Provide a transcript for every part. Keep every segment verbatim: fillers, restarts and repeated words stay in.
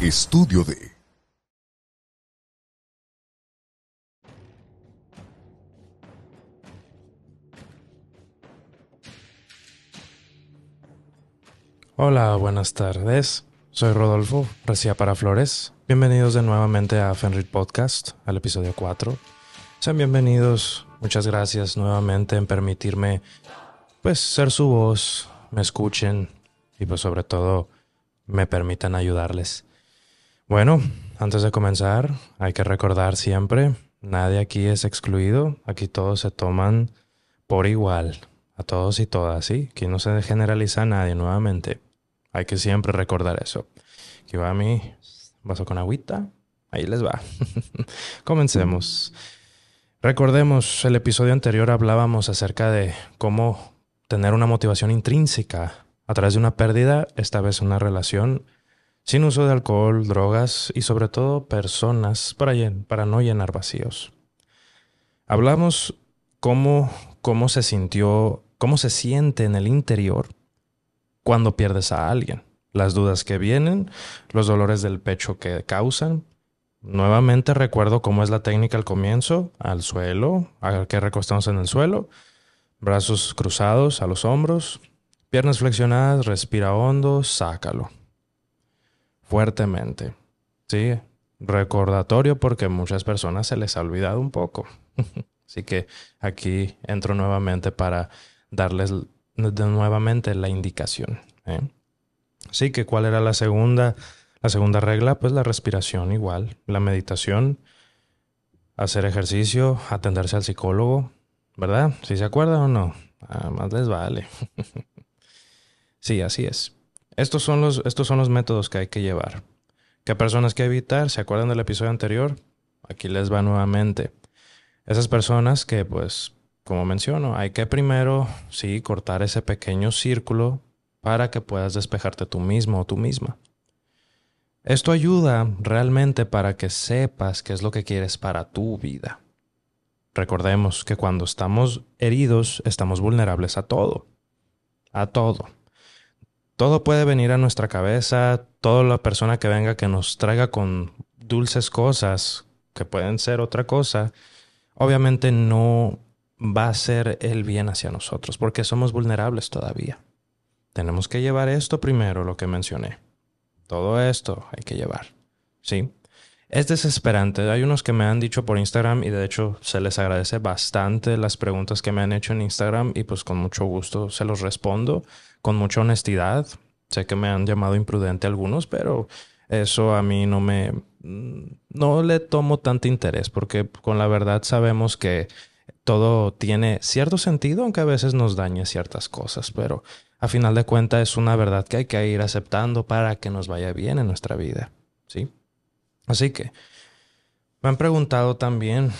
Estudio de Hola, buenas tardes. Soy Rodolfo, Recia para Flores. Bienvenidos de nuevamente a Fenrir Podcast, al episodio cuatro. Sean bienvenidos. Muchas gracias nuevamente en permitirme, pues, ser su voz, me escuchen y, pues, sobre todo, me permitan ayudarles. Bueno, antes de comenzar, hay que recordar siempre, nadie aquí es excluido. Aquí todos se toman por igual, a todos y todas, ¿sí? Aquí no se generaliza a nadie nuevamente. Hay que siempre recordar eso. Aquí va mi vaso con agüita. Ahí les va. Comencemos. Recordemos, el episodio anterior hablábamos acerca de cómo tener una motivación intrínseca a través de una pérdida, esta vez una relación, sin uso de alcohol, drogas y sobre todo personas para, llen- para no llenar vacíos. Hablamos cómo, cómo se sintió, cómo se siente en el interior cuando pierdes a alguien. Las dudas que vienen, los dolores del pecho que causan. Nuevamente recuerdo cómo es la técnica al comienzo, al suelo, a que recostamos en el suelo, brazos cruzados a los hombros, piernas flexionadas, respira hondo, sácalo. Fuertemente. Sí, recordatorio porque a muchas personas se les ha olvidado un poco. Así que aquí entro nuevamente para darles de nuevamente la indicación, ¿eh? Así que, ¿cuál era la segunda, la segunda regla? Pues la respiración igual, la meditación, hacer ejercicio, atenderse al psicólogo, ¿verdad? ¿Sí se acuerdan o no? Ah, más les vale. Sí, así es. Estos son los, estos son los métodos que hay que llevar. ¿Qué personas que evitar? ¿Se acuerdan del episodio anterior? Aquí les va nuevamente. Esas personas que, pues, como menciono, hay que primero, sí, cortar ese pequeño círculo para que puedas despejarte tú mismo o tú misma. Esto ayuda realmente para que sepas qué es lo que quieres para tu vida. Recordemos que cuando estamos heridos, estamos vulnerables a todo. A todo. Todo puede venir a nuestra cabeza, toda la persona que venga que nos traiga con dulces cosas, que pueden ser otra cosa, obviamente no va a ser el bien hacia nosotros, porque somos vulnerables todavía. Tenemos que llevar esto primero, lo que mencioné. Todo esto hay que llevar, ¿sí? Es desesperante. Hay unos que me han dicho por Instagram y de hecho se les agradece bastante las preguntas que me han hecho en Instagram y pues con mucho gusto se los respondo, con mucha honestidad. Sé que me han llamado imprudente algunos, pero eso a mí no me... no le tomo tanto interés porque con la verdad sabemos que todo tiene cierto sentido, aunque a veces nos dañe ciertas cosas, pero a final de cuentas es una verdad que hay que ir aceptando para que nos vaya bien en nuestra vida, ¿sí? Así que me han preguntado también,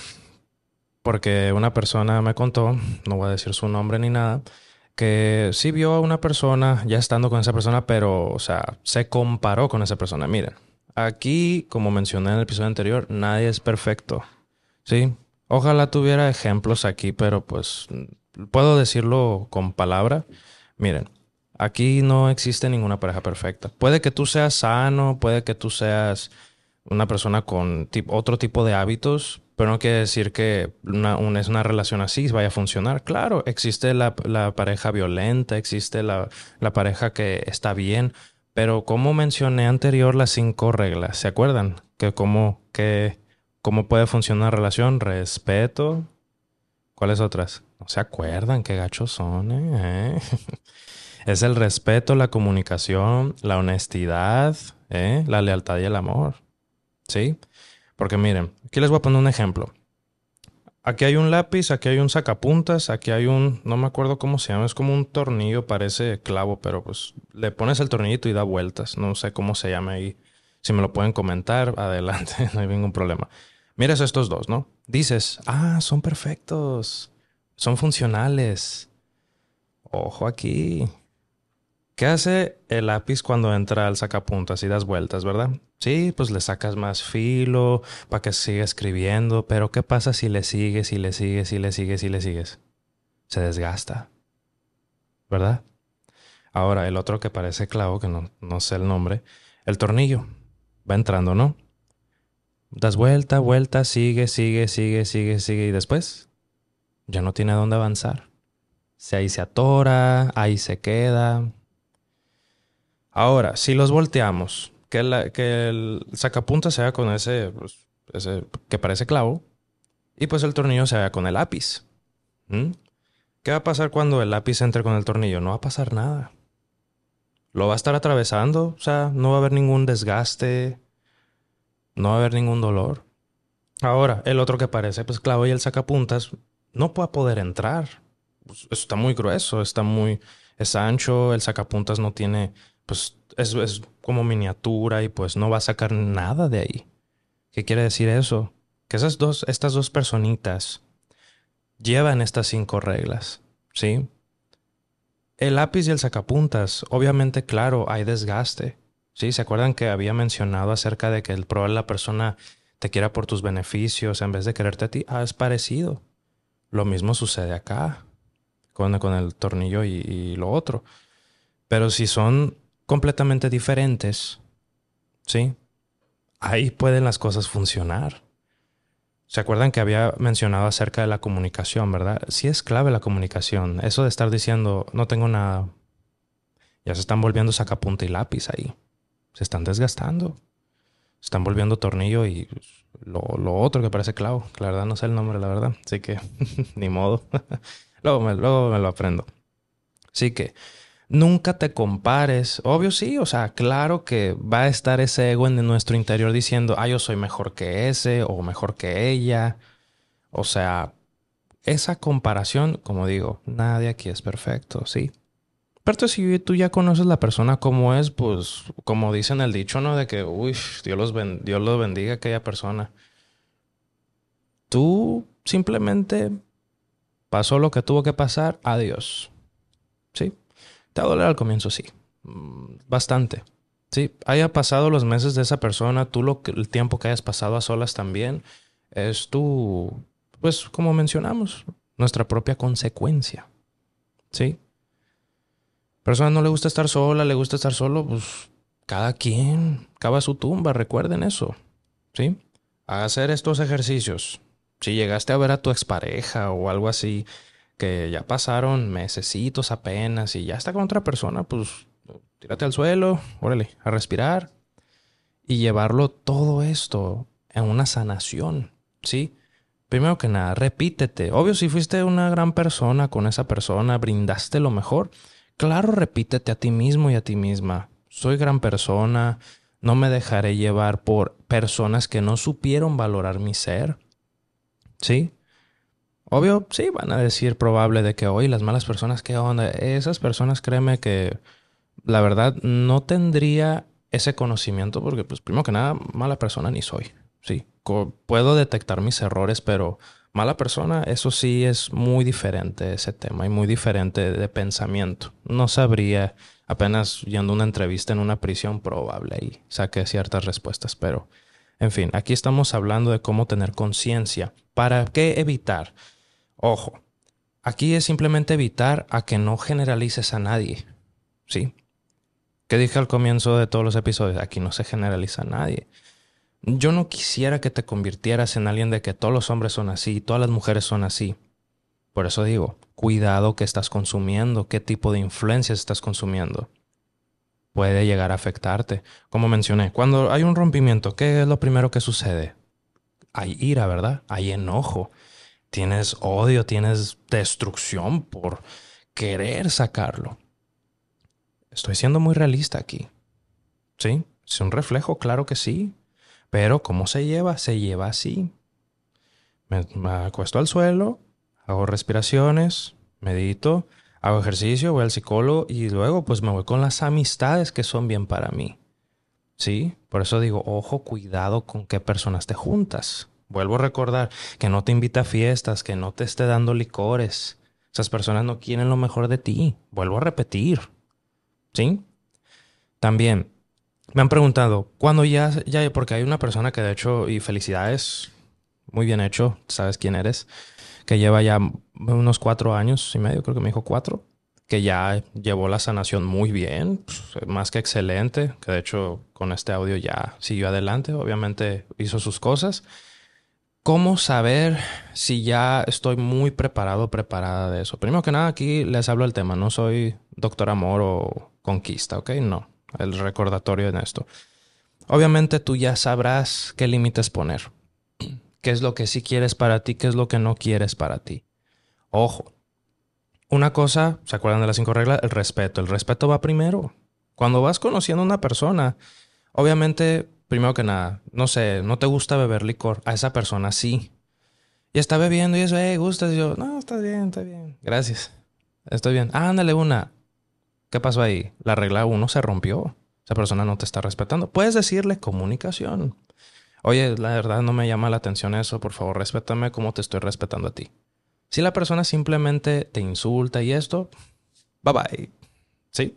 porque una persona me contó, no voy a decir su nombre ni nada, que sí vio a una persona ya estando con esa persona, pero, o sea, se comparó con esa persona. Miren, aquí, como mencioné en el episodio anterior, nadie es perfecto, ¿sí? Ojalá tuviera ejemplos aquí, pero pues puedo decirlo con palabra. Miren, aquí no existe ninguna pareja perfecta. Puede que tú seas sano, puede que tú seas una persona con tip- otro tipo de hábitos, pero no quiere decir que una, una- es una relación así vaya a funcionar. Claro, existe la, la pareja violenta, existe la, la pareja que está bien, pero como mencioné anterior las cinco reglas, ¿se acuerdan? Que cómo, que, cómo puede funcionar una relación, respeto. ¿Cuáles otras? No se acuerdan, qué gachos son, ¿eh? Es el respeto, la comunicación, la honestidad, ¿eh? La lealtad y el amor. ¿Sí? Porque miren, aquí les voy a poner un ejemplo. Aquí hay un lápiz, aquí hay un sacapuntas, aquí hay un, no me acuerdo cómo se llama, es como un tornillo, parece clavo, pero pues le pones el tornillito y da vueltas. No sé cómo se llama ahí. Si me lo pueden comentar, adelante, no hay ningún problema. Miras estos dos, ¿no? Dices, ah, son perfectos, son funcionales. Ojo aquí. ¿Qué hace el lápiz cuando entra al sacapuntas y das vueltas, verdad? Sí, pues le sacas más filo para que siga escribiendo, pero ¿qué pasa si le sigues y le sigues y le sigues y le sigues? Se desgasta, ¿verdad? Ahora, el otro que parece clavo, que no, no sé el nombre, el tornillo. Va entrando, ¿no? Das vuelta, vuelta, sigue, sigue, sigue, sigue, sigue y después ya no tiene dónde avanzar. Si ahí se atora, ahí se queda. Ahora, si los volteamos, que, la- que el sacapuntas se haga con ese, pues, ese que parece clavo y pues el tornillo se haga con el lápiz. ¿Mm? ¿Qué va a pasar cuando el lápiz entre con el tornillo? No va a pasar nada. Lo va a estar atravesando, o sea, no va a haber ningún desgaste, no va a haber ningún dolor. Ahora, el otro que parece pues clavo y el sacapuntas no va a poder entrar. Pues, está muy grueso, está muy... es ancho, el sacapuntas no tiene... pues es, es como miniatura y pues no va a sacar nada de ahí. ¿Qué quiere decir eso? Que esas dos, estas dos personitas llevan estas cinco reglas, ¿sí? El lápiz y el sacapuntas, obviamente, claro, hay desgaste. ¿Sí? ¿Se acuerdan que había mencionado acerca de que el probable la persona te quiera por tus beneficios en vez de quererte a ti? Ah, es parecido. Lo mismo sucede acá con, con el tornillo y, y lo otro. Pero si son completamente diferentes, ¿sí? Ahí pueden las cosas funcionar. ¿Se acuerdan que había mencionado acerca de la comunicación, verdad? Sí es clave la comunicación. Eso de estar diciendo, no tengo nada, ya se están volviendo sacapunta y lápiz ahí. Se están desgastando. Se están volviendo tornillo y lo, lo otro que parece clavo. Que la verdad no sé el nombre, la verdad. Así que ni modo. luego, me, luego me lo aprendo. Así que nunca te compares. Obvio sí, o sea, claro que va a estar ese ego en nuestro interior diciendo, ah, yo soy mejor que ese o mejor que ella. O sea, esa comparación, como digo, nadie aquí es perfecto, sí. Pero si tú ya conoces la persona como es, pues como dicen el dicho, ¿no? De que, uy, Dios los, ben Dios los bendiga a aquella persona. Tú simplemente pasó lo que tuvo que pasar, adiós. ¿Sí? Te va a doler al comienzo, sí. Mm, Bastante. Sí, haya pasado los meses de esa persona, tú lo que, el tiempo que hayas pasado a solas también, es tu, pues como mencionamos, nuestra propia consecuencia. ¿Sí? Persona no le gusta estar sola, le gusta estar solo, pues cada quien cava su tumba, recuerden eso, ¿sí? A hacer estos ejercicios. Si llegaste a ver a tu expareja o algo así, que ya pasaron mesecitos apenas y ya está con otra persona, pues tírate al suelo, órale, a respirar y llevarlo todo esto en una sanación, ¿sí? Primero que nada, repítete. Obvio, si fuiste una gran persona con esa persona, brindaste lo mejor. Claro, repítete a ti mismo y a ti misma. Soy gran persona, no me dejaré llevar por personas que no supieron valorar mi ser. ¿Sí? Obvio, sí, van a decir probable de que hoy las malas personas, ¿qué onda? Esas personas, créeme que la verdad no tendría ese conocimiento porque, pues, primero que nada, mala persona ni soy. Sí, co- puedo detectar mis errores, pero mala persona, eso sí es muy diferente ese tema y muy diferente de pensamiento. No sabría, apenas yendo a una entrevista en una prisión probable y saqué ciertas respuestas, pero en fin, aquí estamos hablando de cómo tener conciencia. ¿Para qué evitar? Ojo, aquí es simplemente evitar a que no generalices a nadie, ¿sí? Que dije al comienzo de todos los episodios, aquí no se generaliza a nadie. Yo no quisiera que te convirtieras en alguien de que todos los hombres son así, todas las mujeres son así. Por eso digo, cuidado que estás consumiendo, qué tipo de influencias estás consumiendo. Puede llegar a afectarte. Como mencioné, cuando hay un rompimiento, ¿qué es lo primero que sucede? Hay ira, ¿verdad? Hay enojo. Tienes odio, tienes destrucción por querer sacarlo. Estoy siendo muy realista aquí. ¿Sí? ¿Es un reflejo? Claro que sí. Pero ¿cómo se lleva? Se lleva así. Me, me acuesto al suelo, hago respiraciones, medito, hago ejercicio, voy al psicólogo y luego pues me voy con las amistades que son bien para mí. ¿Sí? Por eso digo, ojo, cuidado con qué personas te juntas. Vuelvo a recordar que no te invita a fiestas, que no te esté dando licores. Esas personas no quieren lo mejor de ti. Vuelvo a repetir. ¿Sí? También me han preguntado, ¿cuándo ya, ya, porque hay una persona que de hecho, y felicidades, muy bien hecho, sabes quién eres, que lleva ya unos cuatro años y medio, creo que me dijo cuatro, que ya llevó la sanación muy bien, pues, más que excelente, que de hecho con este audio ya siguió adelante, obviamente hizo sus cosas. ¿Cómo saber si ya estoy muy preparado o preparada de eso? Primero que nada, aquí les hablo del tema. No soy doctor amor o conquista, ¿ok? No. El recordatorio en esto. Obviamente tú ya sabrás qué límites poner. ¿Qué es lo que sí quieres para ti? ¿Qué es lo que no quieres para ti? Ojo. Una cosa, ¿se acuerdan de las cinco reglas? El respeto. El respeto va primero. Cuando vas conociendo a una persona, obviamente, primero que nada, no sé, no te gusta beber licor. A esa persona sí. Y está bebiendo y eso, eh, ¿gustas? Y yo, no, está bien, está bien. Gracias. Estoy bien. Ah, ándale una. ¿Qué pasó ahí? La regla uno se rompió. Esa persona no te está respetando. Puedes decirle comunicación. Oye, la verdad no me llama la atención eso. Por favor, respétame como te estoy respetando a ti. Si la persona simplemente te insulta y esto, bye bye. ¿Sí?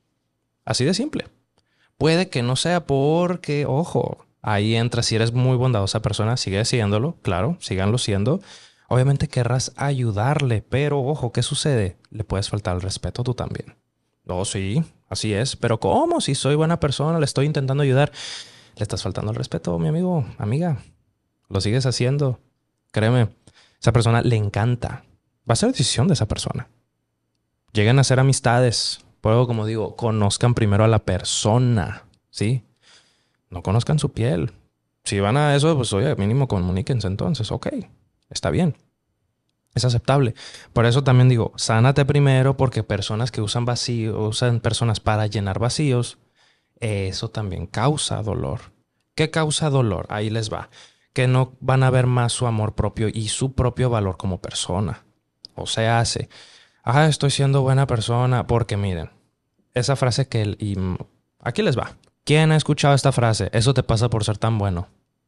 Así de simple. Puede que no sea porque, ojo, ahí entra, si eres muy bondadosa persona, sigue siéndolo, claro, síganlo siendo. Obviamente querrás ayudarle, pero ojo, ¿qué sucede? Le puedes faltar el respeto tú también. Oh, sí, así es. Pero ¿cómo? Si soy buena persona, le estoy intentando ayudar. Le estás faltando el respeto, mi amigo, amiga. Lo sigues haciendo. Créeme, esa persona le encanta. Va a ser decisión de esa persona. Lleguen a ser amistades. Pero como digo, conozcan primero a la persona, ¿sí? No conozcan su piel. Si van a eso, pues oye, mínimo comuníquense entonces. Ok, está bien. Es aceptable. Por eso también digo, sánate primero porque personas que usan vacíos, usan personas para llenar vacíos, eso también causa dolor. ¿Qué causa dolor? Ahí les va. Que no van a ver más su amor propio y su propio valor como persona. O se hace. Ah, estoy siendo buena persona porque miren, esa frase que... El, y aquí les va. ¿Quién ha escuchado esta frase? Eso te pasa por ser tan bueno.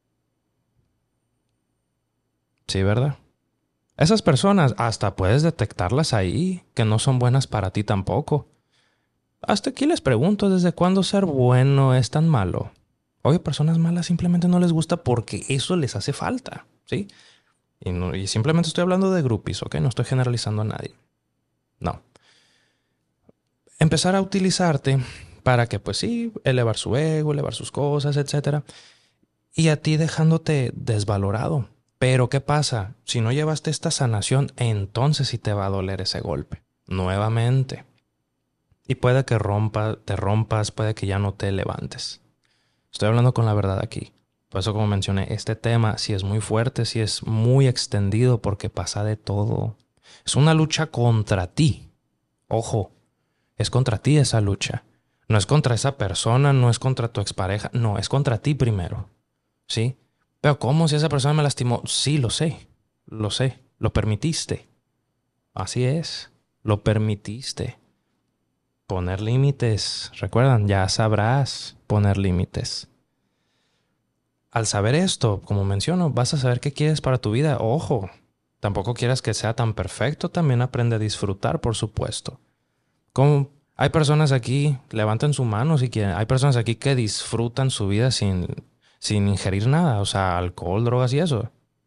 Sí, ¿verdad? Esas personas hasta puedes detectarlas ahí, que no son buenas para ti tampoco. Hasta aquí les pregunto, ¿desde cuándo ser bueno es tan malo? Oye, personas malas simplemente no les gusta porque eso les hace falta, ¿sí? Y, no, y simplemente estoy hablando de groupies, ¿ok? No estoy generalizando a nadie. No. Empezar a utilizarte para que, pues sí, elevar su ego, elevar sus cosas, etcétera. Y a ti dejándote desvalorado. Pero ¿qué pasa? Si no llevaste esta sanación, entonces sí te va a doler ese golpe. Nuevamente. Y puede que rompa, te rompas, puede que ya no te levantes. Estoy hablando con la verdad aquí. Por eso, como mencioné, este tema sí es muy fuerte, sí es muy extendido porque pasa de todo. Es una lucha contra ti. Ojo, es contra ti esa lucha. No es contra esa persona, no es contra tu expareja, no, es contra ti primero. ¿Sí? Pero ¿cómo si esa persona me lastimó? Sí, lo sé, lo sé, lo permitiste. Así es, lo permitiste. Poner límites, recuerdan, ya sabrás poner límites. Al saber esto, como menciono, vas a saber qué quieres para tu vida. Ojo, tampoco quieras que sea tan perfecto, también aprende a disfrutar, por supuesto. Como hay personas aquí, levanten su mano si quieren, hay personas aquí que disfrutan su vida sin, sin ingerir nada, o sea, alcohol, drogas y eso.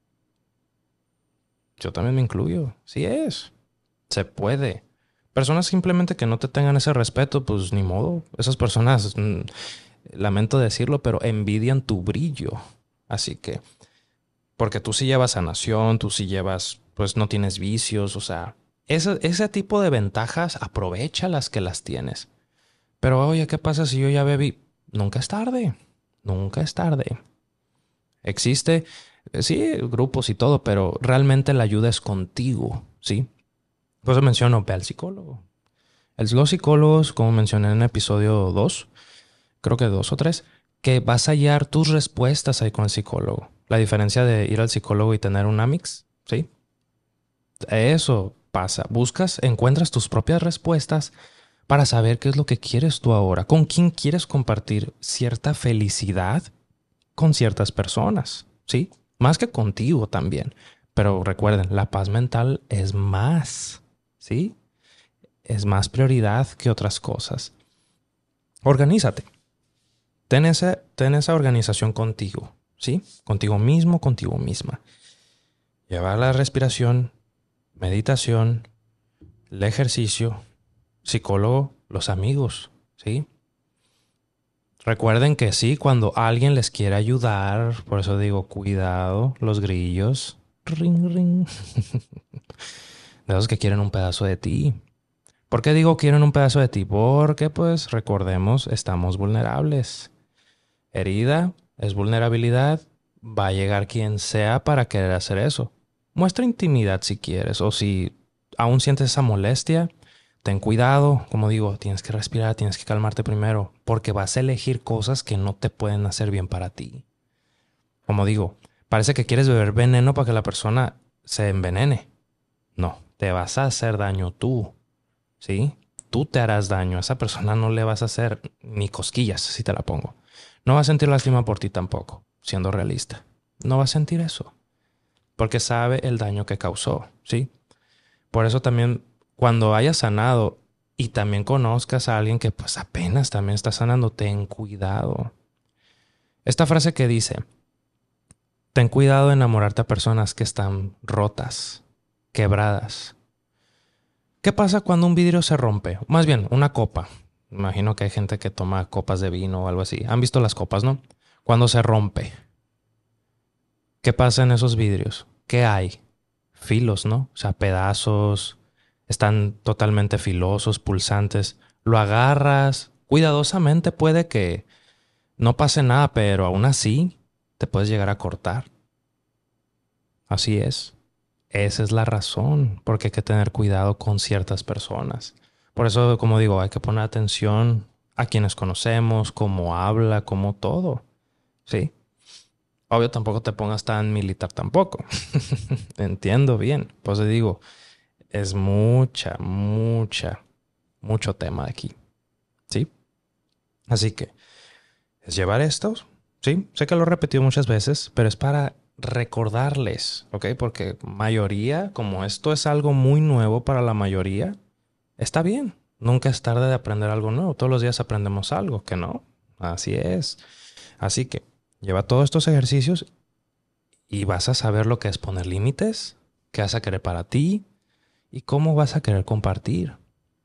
Yo también me incluyo. Sí es. Se puede. Personas simplemente que no te tengan ese respeto, pues ni modo. Esas personas, mm, lamento decirlo, pero envidian tu brillo. Así que, porque tú sí llevas sanación, tú sí llevas, pues no tienes vicios, o sea, ese, ese tipo de ventajas, aprovecha las que las tienes. Pero oye, ¿qué pasa si yo ya bebí? Nunca es tarde. Nunca es tarde. Existe, eh, sí, grupos y todo, pero realmente la ayuda es contigo, ¿sí? Por eso menciono, ve al psicólogo. El- Los psicólogos, como mencioné en el episodio dos, creo que dos o tres, que vas a hallar tus respuestas ahí con el psicólogo. La diferencia de ir al psicólogo y tener un Amix, ¿sí? Eso pasa. Buscas, encuentras tus propias respuestas para saber qué es lo que quieres tú ahora, con quién quieres compartir cierta felicidad con ciertas personas, ¿sí? Más que contigo también. Pero recuerden, la paz mental es más, ¿sí? Es más prioridad que otras cosas. Organízate. Ten esa, ten esa organización contigo, ¿sí? Contigo mismo, contigo misma. Lleva la respiración, meditación, el ejercicio, psicólogo, los amigos, ¿sí? Recuerden que sí, cuando alguien les quiere ayudar, por eso digo, cuidado, los grillos, ring, ring, de esos que quieren un pedazo de ti. ¿Por qué digo quieren un pedazo de ti? Porque, pues, recordemos, estamos vulnerables. Herida es vulnerabilidad. Va a llegar quien sea para querer hacer eso. Muestra intimidad si quieres, o si aún sientes esa molestia, ten cuidado. Como digo, tienes que respirar, tienes que calmarte primero, porque vas a elegir cosas que no te pueden hacer bien para ti. Como digo, parece que quieres beber veneno para que la persona se envenene. No, te vas a hacer daño tú, ¿sí? Tú te harás daño. A esa persona no le vas a hacer ni cosquillas, si te la pongo. No va a sentir lástima por ti tampoco, siendo realista. No va a sentir eso, porque sabe el daño que causó, ¿sí? Por eso también, cuando hayas sanado y también conozcas a alguien que pues apenas también está sanando, ten cuidado. Esta frase que dice, ten cuidado de enamorarte a personas que están rotas, quebradas. ¿Qué pasa cuando un vidrio se rompe? Más bien, una copa. Imagino que hay gente que toma copas de vino o algo así. ¿Han visto las copas, no? Cuando se rompe, ¿qué pasa en esos vidrios? ¿Qué hay? Filos, ¿no? O sea, pedazos, están totalmente filosos, pulsantes. Lo agarras cuidadosamente, puede que no pase nada, pero aún así te puedes llegar a cortar. Así es. Esa es la razón porque hay que tener cuidado con ciertas personas. Por eso, como digo, hay que poner atención a quienes conocemos, cómo habla, cómo todo. ¿Sí? Obvio, tampoco te pongas tan militar tampoco. Entiendo bien. Pues te digo, es mucha, mucha, mucho tema aquí. ¿Sí? Así que es llevar estos. Sí, sé que lo he repetido muchas veces, pero es para recordarles, ¿ok? Porque mayoría, como esto es algo muy nuevo para la mayoría, está bien. Nunca es tarde de aprender algo nuevo. Todos los días aprendemos algo, que no. Así es. Así que lleva todos estos ejercicios y vas a saber lo que es poner límites, qué vas a querer para ti y cómo vas a querer compartir.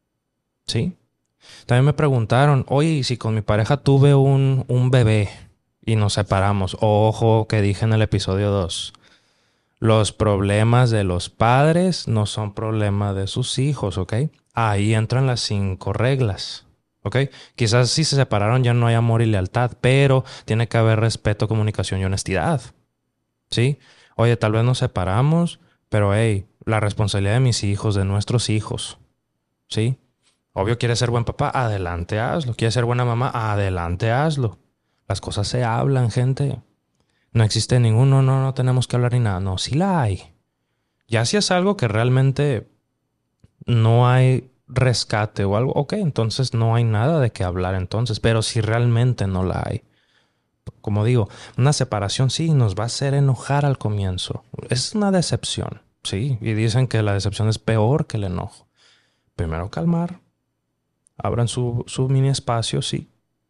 ¿Sí? También me preguntaron, oye, si con mi pareja tuve un, un bebé y nos separamos. Ojo que dije en el episodio dos. Los problemas de los padres no son problemas de sus hijos, ¿ok? Ahí entran las cinco reglas, ¿ok? Quizás si se separaron ya no hay amor y lealtad, pero tiene que haber respeto, comunicación y honestidad, ¿sí? Oye, tal vez nos separamos, pero hey, la responsabilidad de mis hijos, de nuestros hijos, ¿sí? Obvio, quieres ser buen papá, adelante, hazlo. Quieres ser buena mamá, adelante, hazlo. Las cosas se hablan, gente. No existe ninguno, no, no tenemos que hablar ni nada. No, sí la hay. Ya si es algo que realmente no hay rescate o algo, ok, entonces no hay nada de qué hablar entonces. Pero si realmente no la hay, como digo, una separación sí nos va a hacer enojar al comienzo. Es una decepción, sí. Y dicen que la decepción es peor que el enojo. Primero calmar, abran su, su mini espacio, sí.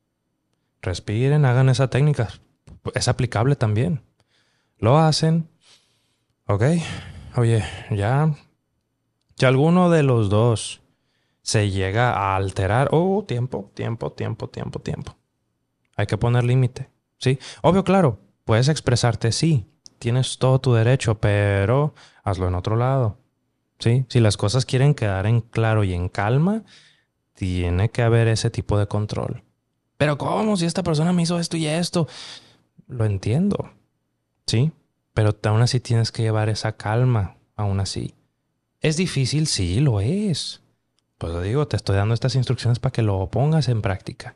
Respiren, hagan esa técnica. Es aplicable también. Lo hacen. Ok. Oye, ya. Si alguno de los dos se llega a alterar. Oh, tiempo, tiempo, tiempo, tiempo, tiempo. Hay que poner límite. Sí. Obvio, claro. Puedes expresarte, sí. Tienes todo tu derecho, pero hazlo en otro lado. Sí. Si las cosas quieren quedar en claro y en calma, tiene que haber ese tipo de control. Pero ¿cómo? Si esta persona me hizo esto y esto. Lo entiendo, ¿sí? Pero aún así tienes que llevar esa calma, aún así. ¿Es difícil? Sí, lo es. Pues digo, te estoy dando estas instrucciones para que lo pongas en práctica.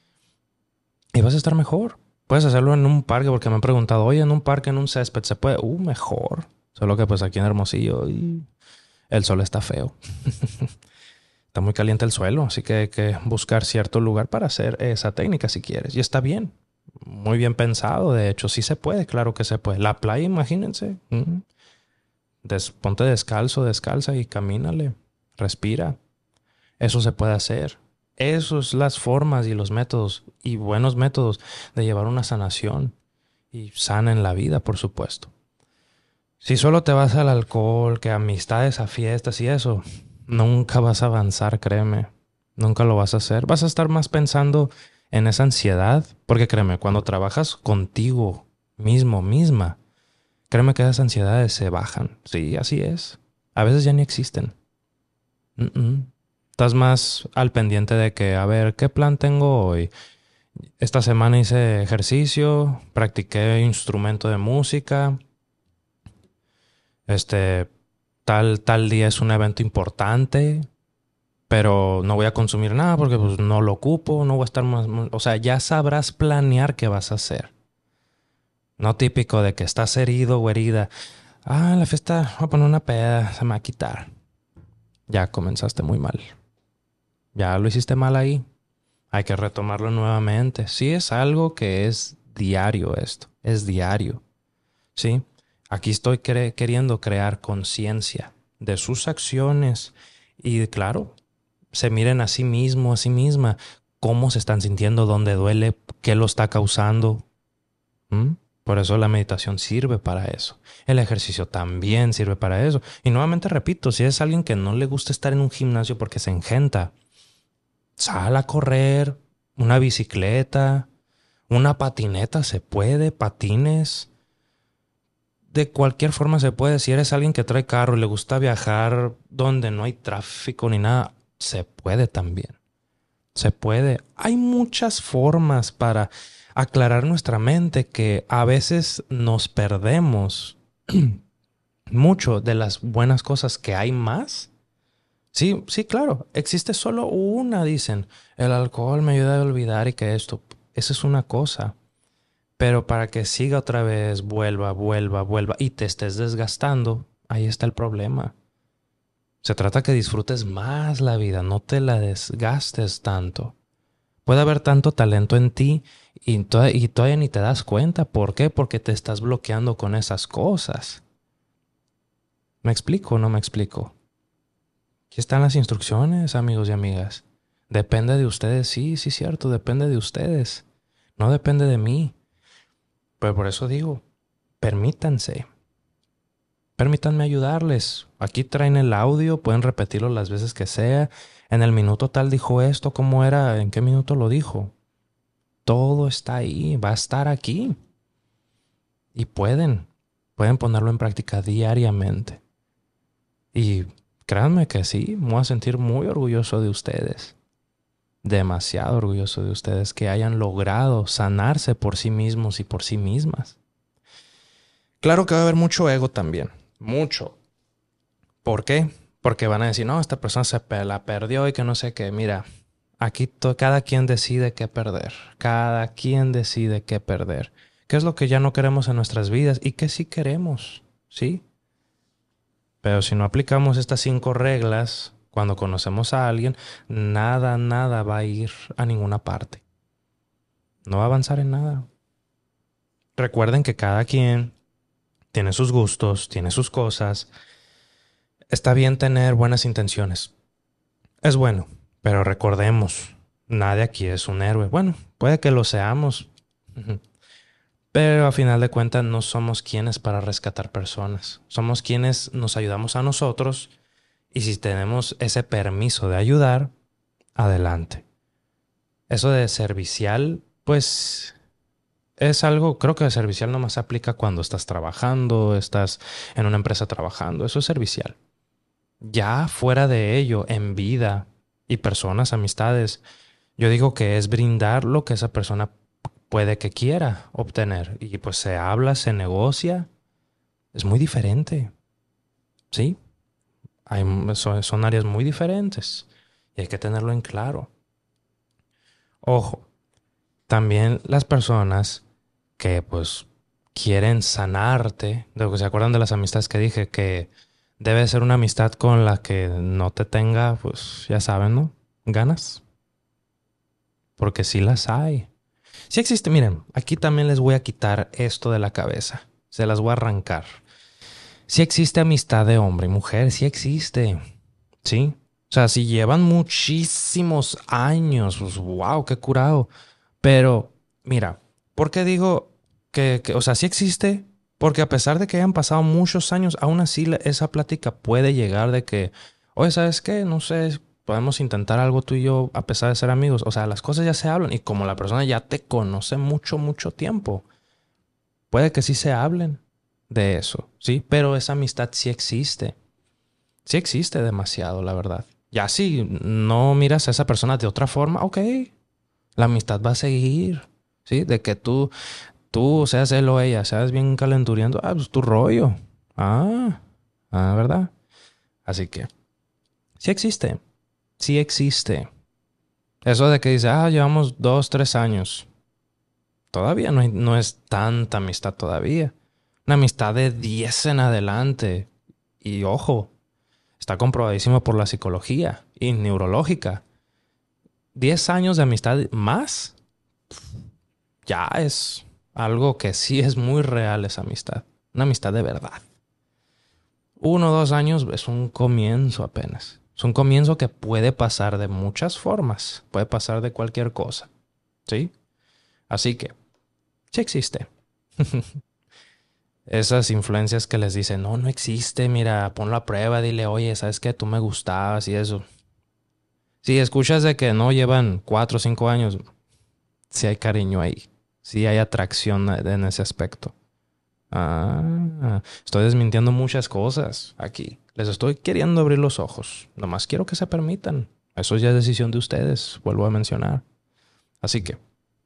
Y vas a estar mejor. Puedes hacerlo en un parque, porque me han preguntado, oye, en un parque, en un césped, ¿se puede? Uh, mejor. Solo que pues aquí en Hermosillo y el sol está feo. Está muy caliente el suelo, así que hay que buscar cierto lugar para hacer esa técnica si quieres. Y está bien. Muy bien pensado, de hecho, sí se puede, claro que se puede. La playa, imagínense. Mm. Des, ponte descalzo, descalza y camínale. Respira. Eso se puede hacer. Esas son las formas y los métodos y buenos métodos de llevar una sanación. Y sana en la vida, por supuesto. Si solo te vas al alcohol, que amistades, a fiestas y eso, nunca vas a avanzar, créeme. Nunca lo vas a hacer. Vas a estar más pensando en esa ansiedad, porque créeme, cuando trabajas contigo mismo, misma, créeme que esas ansiedades se bajan. Sí, así es. A veces ya ni existen. Mm, mm. Estás más al pendiente de que, a ver, ¿qué plan tengo hoy? Esta semana hice ejercicio, practiqué instrumento de música, este, tal, tal día es un evento importante, pero no voy a consumir nada porque pues, no lo ocupo, no voy a estar más... O sea, ya sabrás planear qué vas a hacer. No típico de que estás herido o herida. Ah, en la fiesta voy a poner una peda, se me va a quitar. Ya comenzaste muy mal. Ya lo hiciste mal ahí. Hay que retomarlo nuevamente. Sí, es algo que es diario esto. Es diario. ¿Sí? Aquí estoy cre- queriendo crear conciencia de sus acciones. Y claro, se miren a sí mismo, a sí misma, cómo se están sintiendo, dónde duele, qué lo está causando. ¿Mm? Por eso la meditación sirve para eso. El ejercicio también sirve para eso. Y nuevamente repito, si es alguien que no le gusta estar en un gimnasio porque se engenta, sal a correr, una bicicleta, una patineta, se puede, patines. De cualquier forma se puede. Si eres alguien que trae carro y le gusta viajar donde no hay tráfico ni nada, se puede también. Se puede. Hay muchas formas para aclarar nuestra mente que a veces nos perdemos mucho de las buenas cosas que hay más. Sí, sí, claro. Existe solo una, dicen. El alcohol me ayuda a olvidar y que esto. Esa es una cosa. Pero para que siga otra vez, vuelva, vuelva, vuelva y te estés desgastando, ahí está el problema. Se trata que disfrutes más la vida, no te la desgastes tanto. Puede haber tanto talento en ti y, to y todavía ni te das cuenta. ¿Por qué? Porque te estás bloqueando con esas cosas. ¿Me explico o no me explico? Aquí están las instrucciones, amigos y amigas. Depende de ustedes, sí, sí, cierto, depende de ustedes. No depende de mí. Pero por eso digo, permítanse. Permítanme ayudarles. Aquí traen el audio, pueden repetirlo las veces que sea. En el minuto tal dijo esto, ¿cómo era? ¿En qué minuto lo dijo? Todo está ahí, va a estar aquí. Y pueden, pueden ponerlo en práctica diariamente. Y créanme que sí, me voy a sentir muy orgulloso de ustedes. Demasiado orgulloso de ustedes que hayan logrado sanarse por sí mismos y por sí mismas. Claro que va a haber mucho ego también. Mucho. ¿Por qué? Porque van a decir, no, esta persona se la perdió y que no sé qué. Mira, aquí cada quien decide qué perder. Cada quien decide qué perder. ¿Qué es lo que ya no queremos en nuestras vidas y qué sí queremos? ¿Sí? Pero si no aplicamos estas cinco reglas, cuando conocemos a alguien, nada, nada va a ir a ninguna parte. No va a avanzar en nada. Recuerden que cada quien tiene sus gustos, tiene sus cosas. Está bien tener buenas intenciones. Es bueno, pero recordemos, nadie aquí es un héroe. Bueno, puede que lo seamos, pero a final de cuentas no somos quienes para rescatar personas. Somos quienes nos ayudamos a nosotros y si tenemos ese permiso de ayudar, adelante. Eso de servicial, pues es algo, creo que de servicial nomás se aplica cuando estás trabajando, estás en una empresa trabajando. Eso es servicial. Ya fuera de ello, en vida y personas, amistades, yo digo que es brindar lo que esa persona puede que quiera obtener. Y pues se habla, se negocia. Es muy diferente. ¿Sí? Hay, son, son áreas muy diferentes. Y hay que tenerlo en claro. Ojo, también las personas que pues quieren sanarte, de lo que se acuerdan de las amistades que dije, que debe ser una amistad con la que no te tenga, pues ya saben, ¿no? Ganas. Porque sí las hay. Sí existe, miren, aquí también les voy a quitar esto de la cabeza. Se las voy a arrancar. Sí existe amistad de hombre y mujer, sí existe. Sí. O sea, si llevan muchísimos años, pues wow, qué curado. Pero, mira, ¿por qué digo que, que, o sea, sí existe? Porque a pesar de que hayan pasado muchos años, aún así esa plática puede llegar de que, oye, ¿sabes qué? No sé, podemos intentar algo tú y yo a pesar de ser amigos. O sea, las cosas ya se hablan y como la persona ya te conoce mucho, mucho tiempo, puede que sí se hablen de eso, ¿sí? Pero esa amistad sí existe. Sí existe demasiado, la verdad. Ya si no miras a esa persona de otra forma, ok, la amistad va a seguir, ¿sí? De que tú, tú seas él o ella, seas bien calenturiento, ah, pues tu rollo. Ah, ah, ¿verdad? Así que sí existe, sí existe. Eso de que dice, ah, llevamos dos, tres años. Todavía no, hay- no es tanta amistad todavía. Una amistad de diez en adelante. Y ojo, está comprobadísimo por la psicología y neurológica. Diez años de amistad más ya es algo que sí es muy real esa amistad. Una amistad de verdad. Uno o dos años es un comienzo apenas. Es un comienzo que puede pasar de muchas formas. Puede pasar de cualquier cosa. ¿Sí? Así que, sí existe. Esas influencias que les dicen, no, no existe, mira, ponlo a prueba, dile, oye, ¿sabes qué? Tú me gustabas y eso. Si escuchas de que no llevan cuatro o cinco años, sí hay cariño ahí. Sí hay atracción en ese aspecto. Ah, estoy desmintiendo muchas cosas aquí. Les estoy queriendo abrir los ojos. Nomás quiero que se permitan. Eso ya es decisión de ustedes, vuelvo a mencionar. Así que,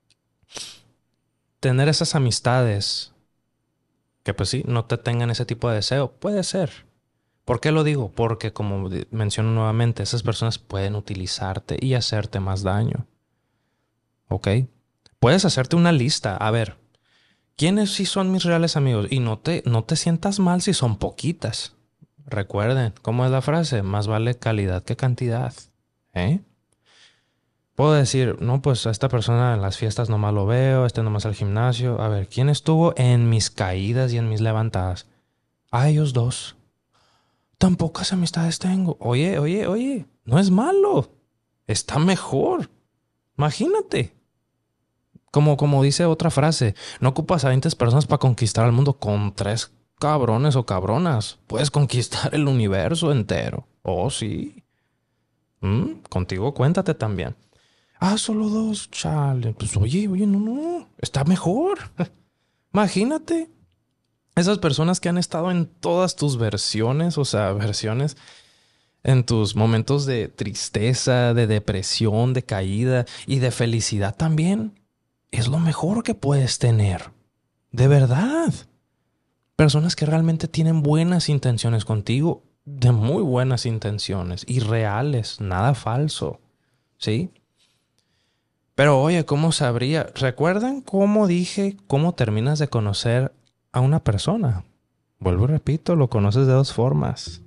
tener esas amistades que pues sí, no te tengan ese tipo de deseo, puede ser. ¿Por qué lo digo? Porque como menciono nuevamente, esas personas pueden utilizarte y hacerte más daño. ¿Ok? Puedes hacerte una lista. A ver, ¿quiénes sí son mis reales amigos? Y no te, no te sientas mal si son poquitas. Recuerden, ¿cómo es la frase? Más vale calidad que cantidad. ¿Eh? Puedo decir, no, pues a esta persona en las fiestas nomás lo veo, este nomás al gimnasio. A ver, ¿quién estuvo en mis caídas y en mis levantadas? Ah, ellos dos. Tan pocas amistades tengo. Oye, oye, oye, no es malo. Está mejor. Imagínate. Como, como dice otra frase, no ocupas a veinte personas para conquistar el mundo. Con tres cabrones o cabronas puedes conquistar el universo entero. Oh, sí. Mm, contigo cuéntate también. Ah, solo dos, chale. Pues oye, oye, no, no. Está mejor. Imagínate. Esas personas que han estado en todas tus versiones, o sea, versiones en tus momentos de tristeza, de depresión, de caída y de felicidad también. Es lo mejor que puedes tener. De verdad. Personas que realmente tienen buenas intenciones contigo, de muy buenas intenciones y reales, nada falso. ¿Sí? Pero oye, ¿cómo sabría? ¿Recuerdan cómo dije cómo terminas de conocer a una persona? Vuelvo y repito, lo conoces de dos formas.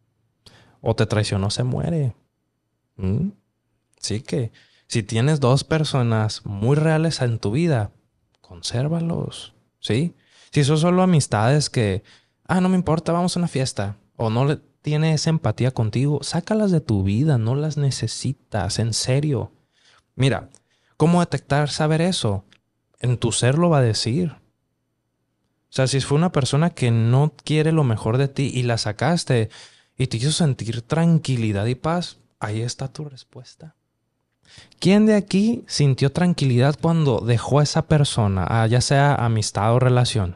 O te traicionó, se muere. ¿Mm? Sí que si tienes dos personas muy reales en tu vida, consérvalos, ¿sí? Si son solo amistades que, ah, no me importa, vamos a una fiesta, o no le tiene esa empatía contigo, sácalas de tu vida, no las necesitas, en serio. Mira, ¿cómo detectar saber eso? En tu ser lo va a decir. O sea, si fue una persona que no quiere lo mejor de ti y la sacaste y te hizo sentir tranquilidad y paz, ahí está tu respuesta. ¿Quién de aquí sintió tranquilidad cuando dejó a esa persona, ah, ya sea amistad o relación?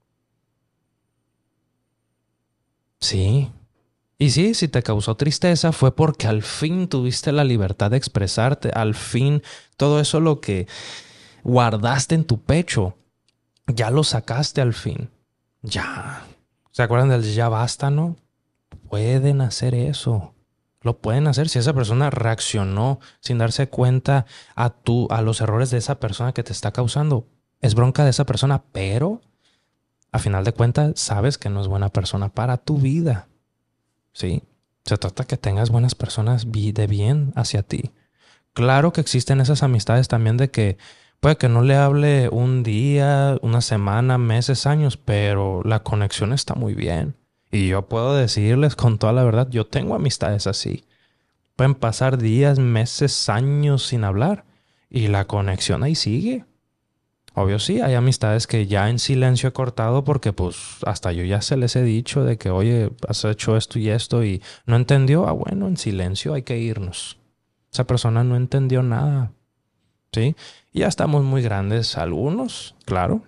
Sí. Y sí, si te causó tristeza fue porque al fin tuviste la libertad de expresarte, al fin todo eso lo que guardaste en tu pecho, ya lo sacaste al fin. Ya. ¿Se acuerdan del ya basta, no? Pueden hacer eso. Lo pueden hacer si esa persona reaccionó sin darse cuenta a tu, a los errores de esa persona que te está causando. Es bronca de esa persona, pero a final de cuentas sabes que no es buena persona para tu vida. ¿Sí? Se trata que tengas buenas personas de bien hacia ti. Claro que existen esas amistades también de que puede que no le hable un día, una semana, meses, años, pero la conexión está muy bien. Y yo puedo decirles con toda la verdad, yo tengo amistades así. Pueden pasar días, meses, años sin hablar y la conexión ahí sigue. Obvio sí, hay amistades que ya en silencio he cortado porque pues hasta yo ya se les he dicho de que, oye, has hecho esto y esto y no entendió. Ah, bueno, en silencio hay que irnos. Esa persona no entendió nada, ¿sí? Y ya estamos muy grandes, algunos, claro,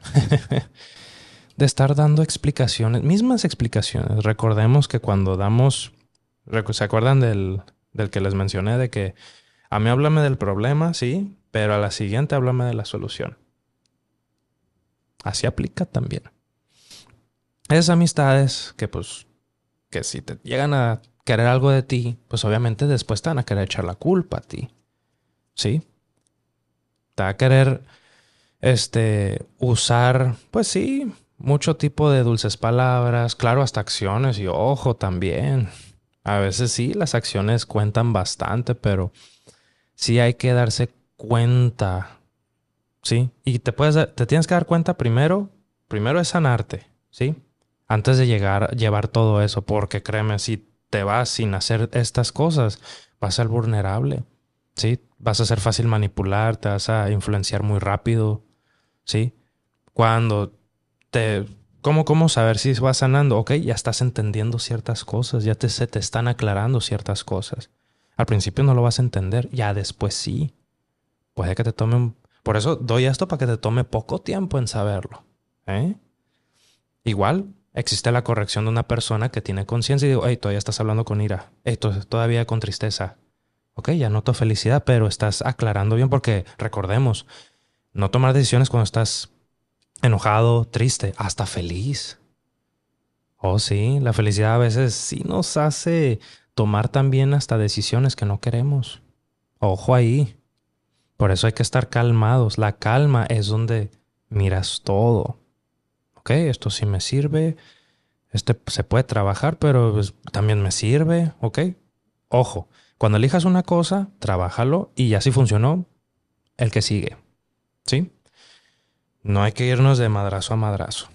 de estar dando explicaciones, mismas explicaciones. Recordemos que cuando damos, recu- ¿se acuerdan del, del que les mencioné de que a mí háblame del problema, sí, pero a la siguiente háblame de la solución? Así aplica también. Esas amistades que pues, que si te llegan a querer algo de ti, pues obviamente después te van a querer echar la culpa a ti, ¿sí? Te va a querer, este, usar, pues sí, mucho tipo de dulces palabras, claro, hasta acciones y ojo también. A veces sí, las acciones cuentan bastante, pero sí hay que darse cuenta, ¿sí? Y te puedes, te tienes que dar cuenta primero, primero es sanarte, ¿sí? Antes de llegar, llevar todo eso, porque créeme, si te vas sin hacer estas cosas, vas a ser vulnerable, ¿sí? Vas a ser fácil manipular, te vas a influenciar muy rápido, ¿sí? Cuando te... ¿Cómo, cómo saber si vas sanando? Ok, ya estás entendiendo ciertas cosas, ya te, se te están aclarando ciertas cosas. Al principio no lo vas a entender, ya después sí. Puede que te tome un... Por eso doy esto para que te tome poco tiempo en saberlo. ¿Eh? Igual existe la corrección de una persona que tiene conciencia y digo, hey, todavía estás hablando con ira. Hey, to- todavía con tristeza. Ok, ya noto felicidad, pero estás aclarando bien porque recordemos, no tomar decisiones cuando estás enojado, triste, hasta feliz. Oh, sí, la felicidad a veces sí nos hace tomar también hasta decisiones que no queremos. Ojo ahí. Por eso hay que estar calmados. La calma es donde miras todo. Ok, esto sí me sirve. Este se puede trabajar, pero pues, también me sirve. Ok. Ojo, cuando elijas una cosa, trabájalo y ya si funcionó, el que sigue. ¿Sí? No hay que irnos de madrazo a madrazo.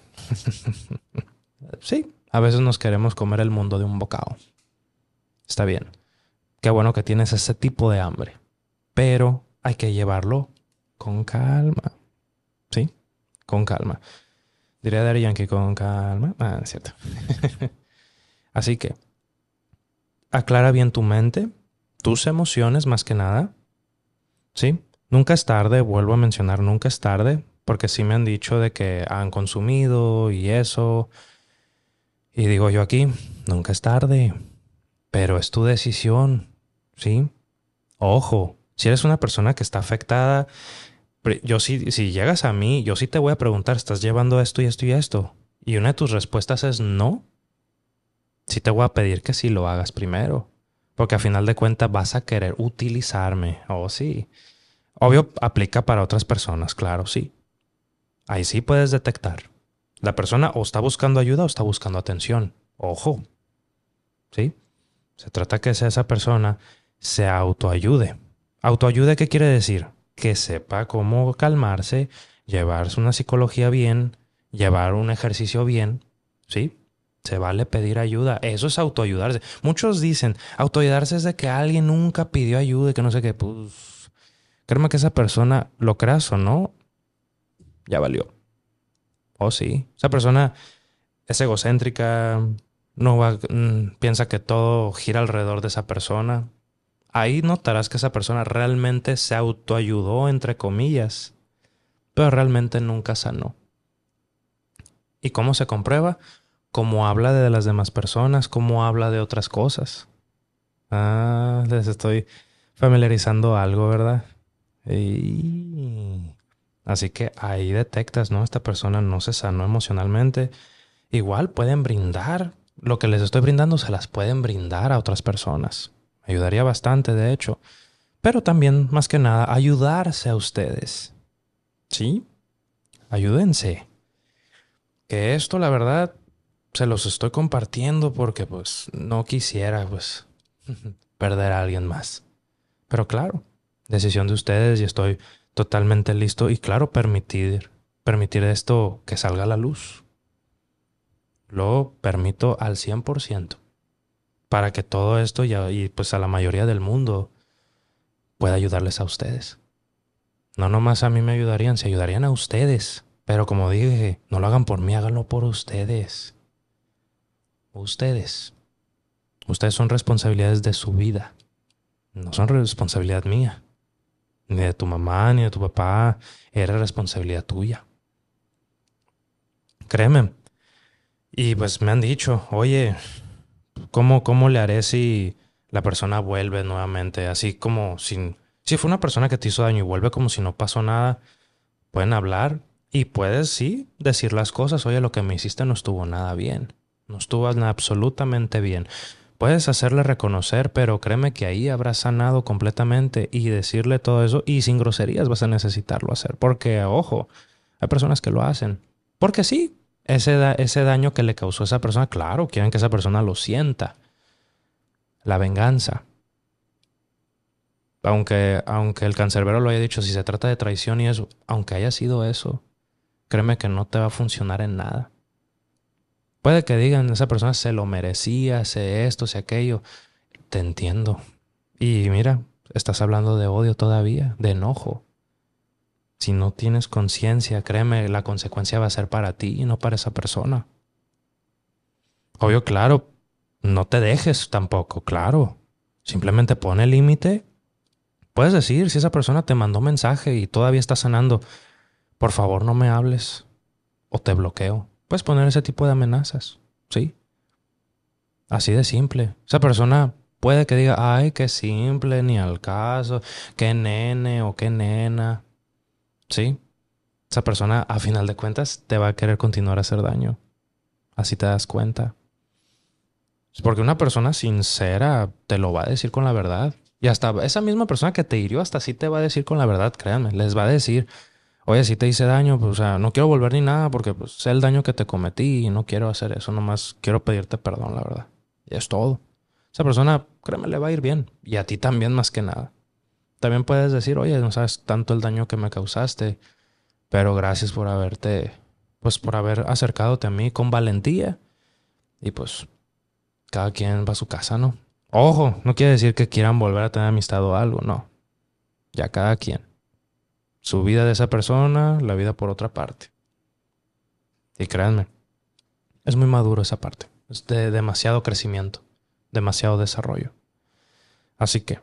Sí, a veces nos queremos comer el mundo de un bocado. Está bien. Qué bueno que tienes ese tipo de hambre. Pero hay que llevarlo con calma. ¿Sí? Con calma. Diría Daddy Yankee con calma. Ah, es cierto. Así que aclara bien tu mente, tus emociones más que nada. ¿Sí? Nunca es tarde, vuelvo a mencionar, nunca es tarde. Porque sí me han dicho de que han consumido y eso. Y digo yo aquí, nunca es tarde. Pero es tu decisión. ¿Sí? Ojo, si eres una persona que está afectada, Pri- yo sí, si llegas a mí, yo sí te voy a preguntar, ¿estás llevando esto y esto y esto? Y una de tus respuestas es no. Sí te voy a pedir que sí lo hagas primero. Porque a final de cuentas vas a querer utilizarme. Oh, sí. Obvio, aplica para otras personas, claro, sí. Ahí sí puedes detectar. La persona o está buscando ayuda o está buscando atención. Ojo, ¿sí? Se trata que sea esa persona se autoayude. ¿Autoayude qué quiere decir? Que sepa cómo calmarse, llevarse una psicología bien, llevar un ejercicio bien, ¿sí? Se vale pedir ayuda. Eso es autoayudarse. Muchos dicen, autoayudarse es de que alguien nunca pidió ayuda y que no sé qué. Pues, créeme que esa persona, lo creas o no, ya valió. Oh, sí. Esa persona es egocéntrica, no va, mm, piensa que todo gira alrededor de esa persona. Ahí notarás que esa persona realmente se autoayudó, entre comillas, pero realmente nunca sanó. ¿Y cómo se comprueba? Cómo habla de las demás personas, cómo habla de otras cosas. Ah, les estoy familiarizando algo, ¿verdad? Y... Así que ahí detectas, ¿no? Esta persona no se sanó emocionalmente. Igual pueden brindar. Lo que les estoy brindando se las pueden brindar a otras personas. Me ayudaría bastante, de hecho. Pero también, más que nada, ayudarse a ustedes. ¿Sí? Ayúdense. Que esto, la verdad, se los estoy compartiendo porque, pues, no quisiera, pues, perder a alguien más. Pero claro, decisión de ustedes y estoy totalmente listo y, claro, permitir, permitir esto que salga a la luz. Lo permito al cien por ciento para que todo esto ya, y pues a la mayoría del mundo pueda ayudarles a ustedes. No nomás a mí me ayudarían, se ayudarían a ustedes. Pero como dije, no lo hagan por mí, háganlo por ustedes. Ustedes. Ustedes son responsabilidades de su vida. No son responsabilidad mía. Ni de tu mamá, ni de tu papá. Era responsabilidad tuya. Créeme. Y pues me han dicho, oye, ¿cómo, cómo le haré si la persona vuelve nuevamente? Así como sin... Si fue una persona que te hizo daño y vuelve como si no pasó nada, pueden hablar y puedes, sí, decir las cosas. Oye, lo que me hiciste no estuvo nada bien. No estuvo nada absolutamente bien. Puedes hacerle reconocer, pero créeme que ahí habrás sanado completamente y decirle todo eso y sin groserías vas a necesitarlo hacer. Porque, ojo, hay personas que lo hacen. Porque sí, ese, da- ese daño que le causó a esa persona, claro, quieren que esa persona lo sienta. La venganza. Aunque, aunque el cancerbero lo haya dicho, si se trata de traición y eso, aunque haya sido eso, créeme que no te va a funcionar en nada. Puede que digan, esa persona se lo merecía, hace esto, hace aquello. Te entiendo. Y mira, estás hablando de odio todavía, de enojo. Si no tienes conciencia, créeme, la consecuencia va a ser para ti y no para esa persona. Obvio, claro, no te dejes tampoco, claro. Simplemente pone límite. Puedes decir, si esa persona te mandó mensaje y todavía está sanando, por favor no me hables o te bloqueo. Puedes poner ese tipo de amenazas, ¿sí? Así de simple. Esa persona puede que diga, ay, qué simple, ni al caso, qué nene o qué nena, ¿sí? Esa persona, a final de cuentas, te va a querer continuar a hacer daño. Así te das cuenta. Porque una persona sincera te lo va a decir con la verdad. Y hasta esa misma persona que te hirió, hasta sí te va a decir con la verdad, créanme. Les va a decir, oye, si te hice daño, pues, o sea, no quiero volver ni nada porque pues, sé el daño que te cometí y no quiero hacer eso. Nomás quiero pedirte perdón, la verdad. Y es todo. Esa persona, créeme, le va a ir bien. Y a ti también, más que nada. También puedes decir, oye, no sabes tanto el daño que me causaste, pero gracias por haberte, pues por haber acercadote a mí con valentía. Y pues cada quien va a su casa, ¿no? Ojo, no quiere decir que quieran volver a tener amistad o algo, no. Ya cada quien. Su vida de esa persona, la vida por otra parte. Y créanme, es muy maduro esa parte. Es de demasiado crecimiento, demasiado desarrollo. Así que,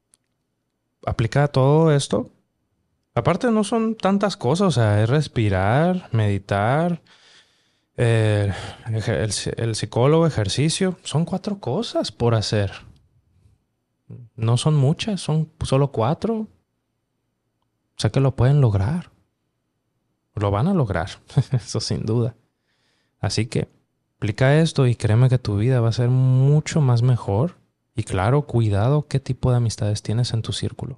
aplica todo esto. Aparte no son tantas cosas, o sea, es respirar, meditar, eh, el, el psicólogo, ejercicio. Son cuatro cosas por hacer. No son muchas, son solo cuatro. Sé que lo pueden lograr. Lo van a lograr, eso sin duda. Así que aplica esto y créeme que tu vida va a ser mucho más mejor. Y claro, cuidado qué tipo de amistades tienes en tu círculo.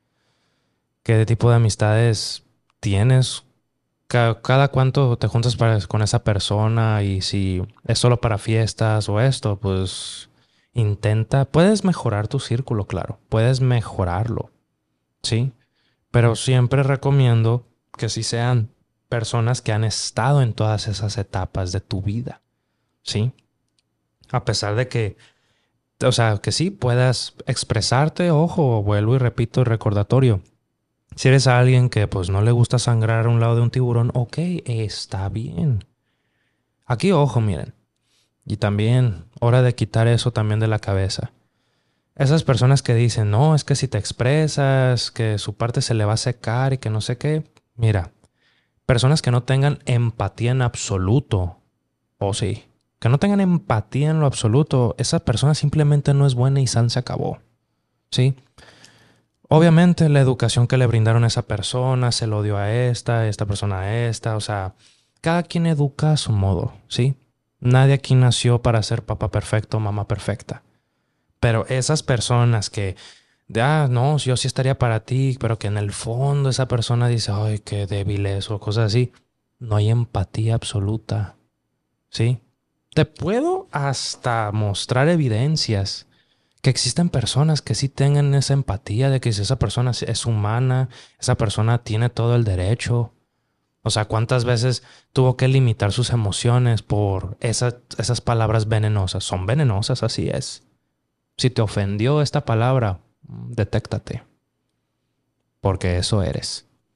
Qué tipo de amistades tienes. Ca- Cada cuánto te juntas para- con esa persona y si es solo para fiestas o esto, pues intenta, puedes mejorar tu círculo, claro, puedes mejorarlo, ¿sí? Pero siempre recomiendo que sí sean personas que han estado en todas esas etapas de tu vida, ¿sí? A pesar de que, o sea, que sí puedas expresarte, ojo, vuelvo y repito el recordatorio. Si eres alguien que pues no le gusta sangrar a un lado de un tiburón, ok, está bien. Aquí, ojo, miren. Y también, hora de quitar eso también de la cabeza. Esas personas que dicen, no, es que si te expresas, que su parte se le va a secar y que no sé qué. Mira, personas que no tengan empatía en absoluto, o sí, que no tengan empatía en lo absoluto, esa persona simplemente no es buena y san se acabó. ¿Sí? Obviamente la educación que le brindaron a esa persona se lo dio a esta, esta persona a esta, o sea, cada quien educa a su modo, ¿sí? Nadie aquí nació para ser papá perfecto, mamá perfecta. Pero esas personas que, de, ah, no, yo sí estaría para ti, pero que en el fondo esa persona dice, ay, qué débil es o cosas así, no hay empatía absoluta, ¿sí? Te puedo hasta mostrar evidencias que existen personas que sí tengan esa empatía de que si esa persona es humana, esa persona tiene todo el derecho. O sea, ¿cuántas veces tuvo que limitar sus emociones por esas, esas palabras venenosas? Son venenosas, así es. Si te ofendió esta palabra, detéctate, porque eso eres.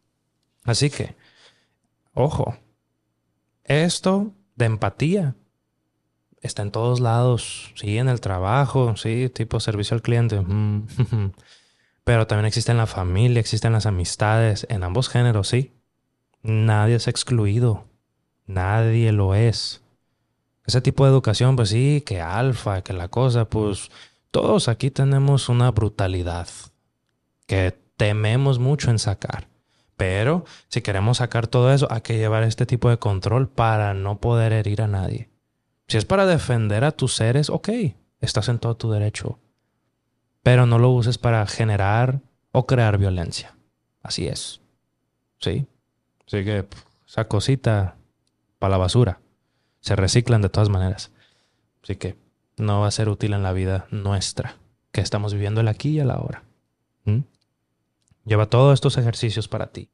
Así que, ojo, esto de empatía está en todos lados, sí, en el trabajo, sí, tipo servicio al cliente. Mm, pero también existe en la familia, existe en las amistades, en ambos géneros, sí. Nadie es excluido, nadie lo es. Ese tipo de educación, pues sí, que alfa, que la cosa, pues todos aquí tenemos una brutalidad que tememos mucho en sacar. Pero si queremos sacar todo eso, hay que llevar este tipo de control para no poder herir a nadie. Si es para defender a tus seres, ok, estás en todo tu derecho. Pero no lo uses para generar o crear violencia. Así es. Sí. Así que pff, esa cosita para la basura. Se reciclan de todas maneras. Así que no va a ser útil en la vida nuestra, que estamos viviendo el aquí y el ahora. ¿Mm? Lleva todos estos ejercicios para ti.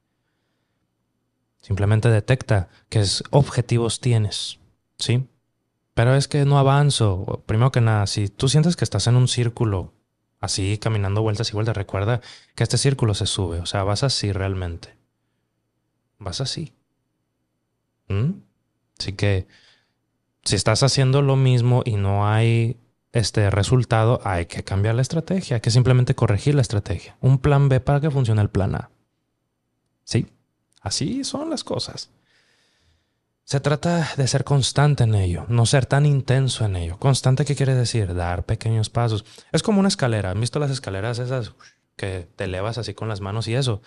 Simplemente detecta qué objetivos tienes. ¿Sí? Pero es que no avanzo. Primero que nada, si tú sientes que estás en un círculo así, caminando vueltas y vueltas, recuerda que este círculo se sube. O sea, vas así realmente. Vas así. ¿Mm? Así que si estás haciendo lo mismo y no hay este resultado, hay que cambiar la estrategia. Hay que simplemente corregir la estrategia. Un plan B para que funcione el plan A. Sí, así son las cosas. Se trata de ser constante en ello, no ser tan intenso en ello. Constante, ¿qué quiere decir? Dar pequeños pasos. Es como una escalera. ¿Han visto las escaleras esas que te elevas así con las manos y eso?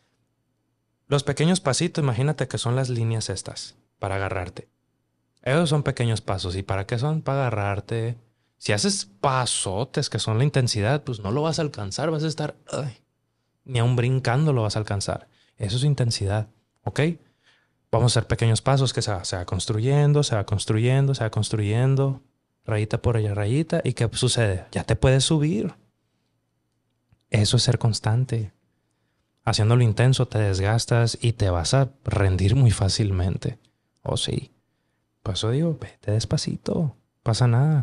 Los pequeños pasitos, imagínate que son las líneas estas para agarrarte. Esos son pequeños pasos. ¿Y para qué son? Para agarrarte. Si haces pasotes, que son la intensidad, pues no lo vas a alcanzar. Vas a estar... ay, ni aun brincando lo vas a alcanzar. Eso es intensidad. ¿Ok? Vamos a hacer pequeños pasos que se va, se va construyendo, se va construyendo, se va construyendo, rayita por ella, rayita. ¿Y qué sucede? Ya te puedes subir. Eso es ser constante. Haciéndolo intenso te desgastas y te vas a rendir muy fácilmente. Oh, sí. Por eso digo, vete despacito. Pasa nada.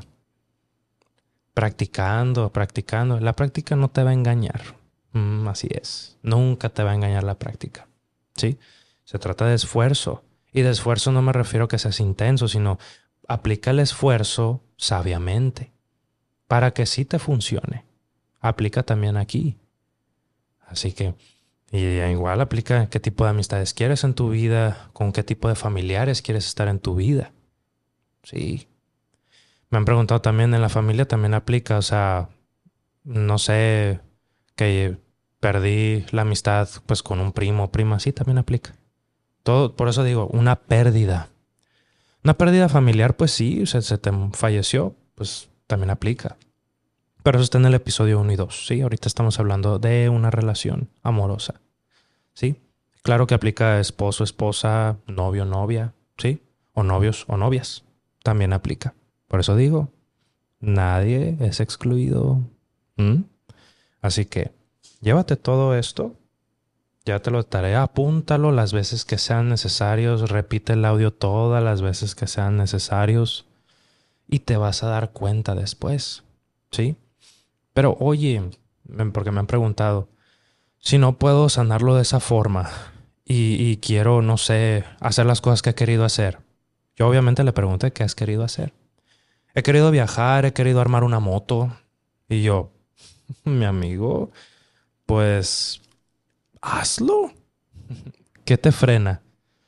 Practicando, practicando. La práctica no te va a engañar. Mm, así es. Nunca te va a engañar la práctica. ¿Sí? Se trata de esfuerzo. Y de esfuerzo no me refiero a que seas intenso, sino aplica el esfuerzo sabiamente para que sí te funcione. Aplica también aquí. Así que, y igual aplica qué tipo de amistades quieres en tu vida, con qué tipo de familiares quieres estar en tu vida. Sí. Me han preguntado también en la familia, también aplica, o sea, no sé, que perdí la amistad pues con un primo o prima, sí, también aplica. Todo, por eso digo, una pérdida. Una pérdida familiar, pues sí, se, se te falleció, pues también aplica. Pero eso está en el episodio uno y dos, ¿sí? Ahorita estamos hablando de una relación amorosa, ¿sí? Claro que aplica esposo, esposa, novio, novia, ¿sí? O novios o novias, también aplica. Por eso digo, nadie es excluido. ¿Mm? Así que llévate todo esto. Ya te lo tarea, apúntalo las veces que sean necesarios, repite el audio todas las veces que sean necesarios y te vas a dar cuenta después, ¿sí? Pero oye, porque me han preguntado, si no puedo sanarlo de esa forma y, y quiero, no sé, hacer las cosas que he querido hacer. Yo obviamente le pregunté qué has querido hacer. He querido viajar, he querido armar una moto y yo, mi amigo, pues hazlo. ¿Qué te frena?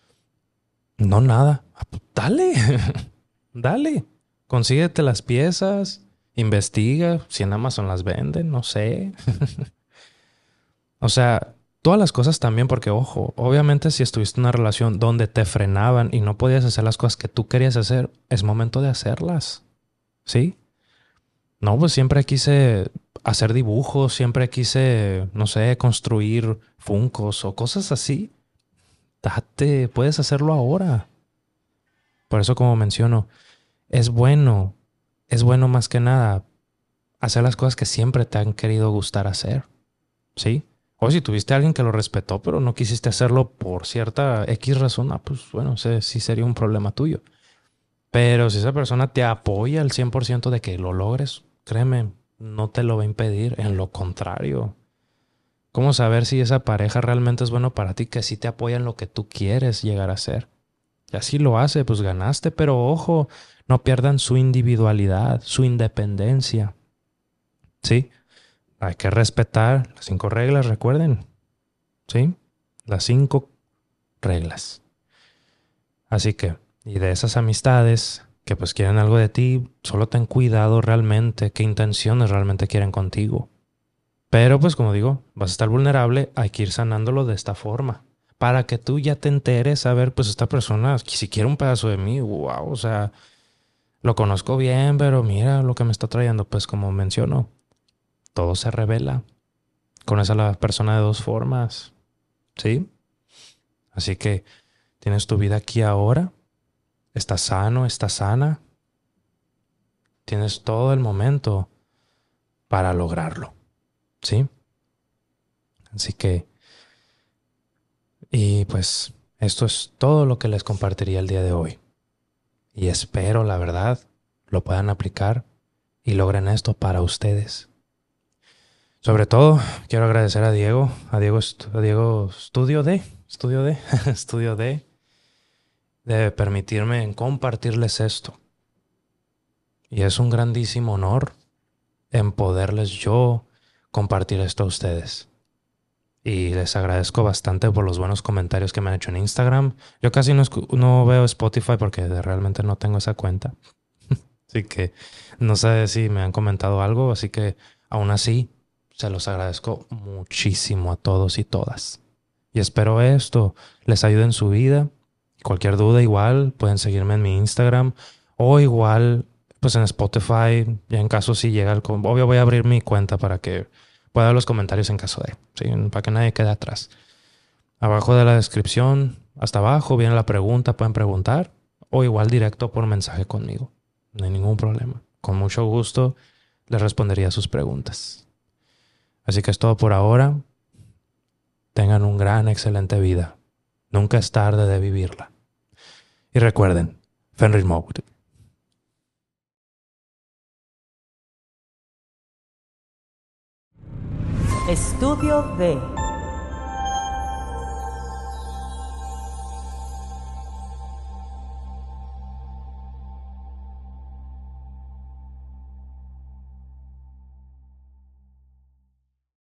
No, nada. Ah, pues, dale, dale. Consíguete las piezas, investiga si en Amazon las venden, no sé. O sea, todas las cosas también, porque ojo, obviamente si estuviste en una relación donde te frenaban y no podías hacer las cosas que tú querías hacer, es momento de hacerlas. ¿Sí? No, pues siempre quise hacer dibujos, siempre quise, no sé, construir funcos o cosas así. Date, puedes hacerlo ahora. Por eso, como menciono, es bueno, es bueno más que nada hacer las cosas que siempre te han querido gustar hacer, ¿sí? O si tuviste a alguien que lo respetó, pero no quisiste hacerlo por cierta X razón, ah, pues bueno, ese sí sería un problema tuyo. Pero si esa persona te apoya al cien por ciento de que lo logres, créeme, no te lo va a impedir, en lo contrario. ¿Cómo saber si esa pareja realmente es bueno para ti, que sí te apoya en lo que tú quieres llegar a ser? Y así lo hace, pues ganaste, pero ojo, no pierdan su individualidad, su independencia. ¿Sí? Hay que respetar las cinco reglas, recuerden. ¿Sí? Las cinco reglas. Así que, y de esas amistades que pues quieren algo de ti, solo ten cuidado realmente qué intenciones realmente quieren contigo. Pero pues como digo, vas a estar vulnerable, hay que ir sanándolo de esta forma. Para que tú ya te enteres, a ver, pues esta persona, si quiere un pedazo de mí, wow, o sea, lo conozco bien, pero mira lo que me está trayendo, pues como menciono, todo se revela. Conoces a la persona de dos formas, ¿sí? Así que tienes tu vida aquí ahora, estás sano, estás sana, tienes todo el momento para lograrlo, ¿sí? Así que, y pues esto es todo lo que les compartiría el día de hoy. Y espero, la verdad, lo puedan aplicar y logren esto para ustedes. Sobre todo, quiero agradecer a Diego, a Diego, a Diego Estudio D, Estudio D, Estudio D, de permitirme compartirles esto. Y es un grandísimo honor en poderles yo compartir esto a ustedes. Y les agradezco bastante por los buenos comentarios que me han hecho en Instagram. Yo casi no, no veo Spotify porque realmente no tengo esa cuenta. Así que no sé si me han comentado algo, así que aún así se los agradezco muchísimo a todos y todas. Y espero esto les ayude en su vida. Cualquier duda igual pueden seguirme en mi Instagram o igual pues en Spotify, ya en caso si llega el... Obvio voy a abrir mi cuenta para que pueda ver los comentarios en caso de, ¿sí? Para que nadie quede atrás. Abajo de la descripción, hasta abajo viene la pregunta, pueden preguntar o igual directo por mensaje conmigo. No hay ningún problema. Con mucho gusto les respondería sus preguntas. Así que es todo por ahora. Tengan un gran, excelente vida. Nunca es tarde de vivirla. Y recuerden, Fenrir Mode. Estudio D.